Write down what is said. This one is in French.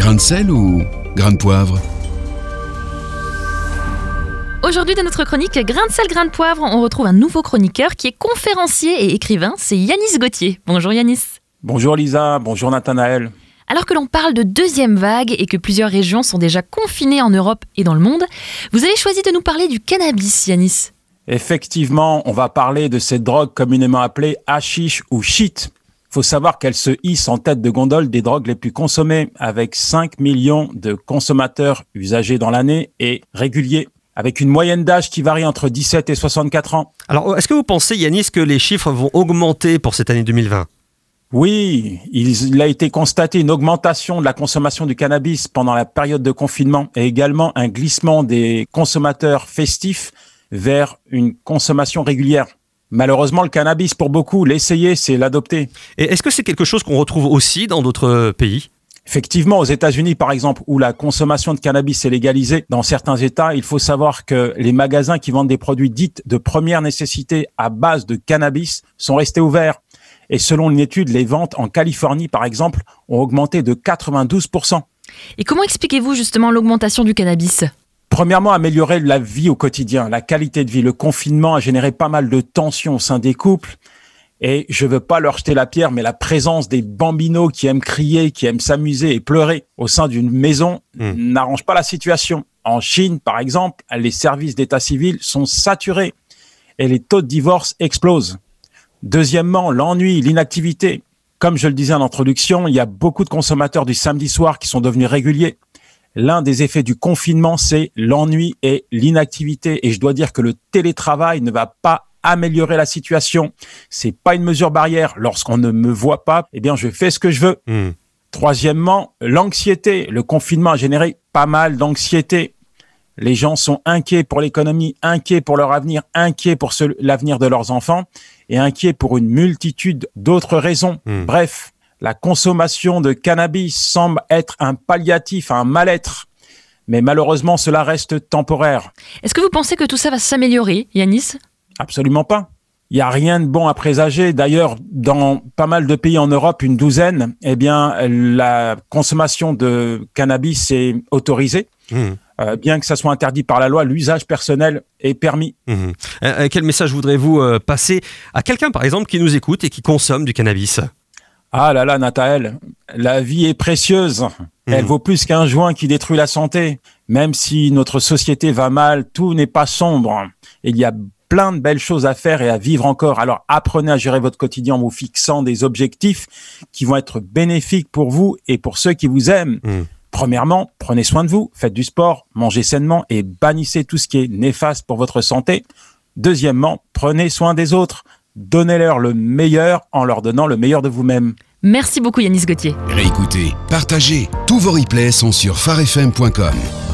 Grain de sel ou grain de poivre ? Aujourd'hui, dans notre chronique Grain de sel, grain de poivre, on retrouve un nouveau chroniqueur qui est conférencier et écrivain, c'est Yanis Gauthier. Bonjour Yanis. Bonjour Lisa, bonjour Nathanaël. Alors que l'on parle de deuxième vague et que plusieurs régions sont déjà confinées en Europe et dans le monde, vous avez choisi de nous parler du cannabis, Yanis. Effectivement, on va parler de cette drogue communément appelée hashish ou shit. Il faut savoir qu'elle se hisse en tête de gondole des drogues les plus consommées, avec 5 millions de consommateurs usagers dans l'année et réguliers, avec une moyenne d'âge qui varie entre 17 et 64 ans. Alors, est-ce que vous pensez, Yanis, que les chiffres vont augmenter pour cette année 2020 ? Oui, il a été constaté une augmentation de la consommation du cannabis pendant la période de confinement et également un glissement des consommateurs festifs vers une consommation régulière. Malheureusement, le cannabis, pour beaucoup, l'essayer, c'est l'adopter. Et est-ce que c'est quelque chose qu'on retrouve aussi dans d'autres pays ? Effectivement, aux États-Unis, par exemple, où la consommation de cannabis est légalisée dans certains États, il faut savoir que les magasins qui vendent des produits dits de première nécessité à base de cannabis sont restés ouverts. Et selon une étude, les ventes en Californie, par exemple, ont augmenté de 92%. Et comment expliquez-vous justement l'augmentation du cannabis ? Premièrement, améliorer la vie au quotidien, la qualité de vie. Le confinement a généré pas mal de tensions au sein des couples. Et je veux pas leur jeter la pierre, mais la présence des bambinos qui aiment crier, qui aiment s'amuser et pleurer au sein d'une maison n'arrange pas la situation. En Chine, par exemple, les services d'état civil sont saturés et les taux de divorce explosent. Deuxièmement, l'ennui, l'inactivité. Comme je le disais en introduction, il y a beaucoup de consommateurs du samedi soir qui sont devenus réguliers. L'un des effets du confinement, c'est l'ennui et l'inactivité. Et je dois dire que le télétravail ne va pas améliorer la situation. C'est pas une mesure barrière. Lorsqu'on ne me voit pas, eh bien, je fais ce que je veux. Troisièmement, l'anxiété. Le confinement a généré pas mal d'anxiété. Les gens sont inquiets pour l'économie, inquiets pour leur avenir, inquiets pour l'avenir de leurs enfants et inquiets pour une multitude d'autres raisons. Bref, la consommation de cannabis semble être un palliatif à un mal-être. Mais malheureusement, cela reste temporaire. Est-ce que vous pensez que tout ça va s'améliorer, Yanis ? Absolument pas. Il n'y a rien de bon à présager. D'ailleurs, dans pas mal de pays en Europe, une douzaine, eh bien, la consommation de cannabis est autorisée. Bien que ça soit interdit par la loi, l'usage personnel est permis. Quel message voudrez-vous passer à quelqu'un, par exemple, qui nous écoute et qui consomme du cannabis ? Ah là là, Nathanaël, la vie est précieuse. Elle vaut plus qu'un joint qui détruit la santé. Même si notre société va mal, tout n'est pas sombre. Il y a plein de belles choses à faire et à vivre encore. Alors apprenez à gérer votre quotidien en vous fixant des objectifs qui vont être bénéfiques pour vous et pour ceux qui vous aiment. Premièrement, prenez soin de vous, faites du sport, mangez sainement et bannissez tout ce qui est néfaste pour votre santé. Deuxièmement, prenez soin des autres. Donnez-leur le meilleur en leur donnant le meilleur de vous-même. Merci beaucoup Yanis Gauthier. Réécoutez, partagez. Tous vos replays sont sur farfm.com.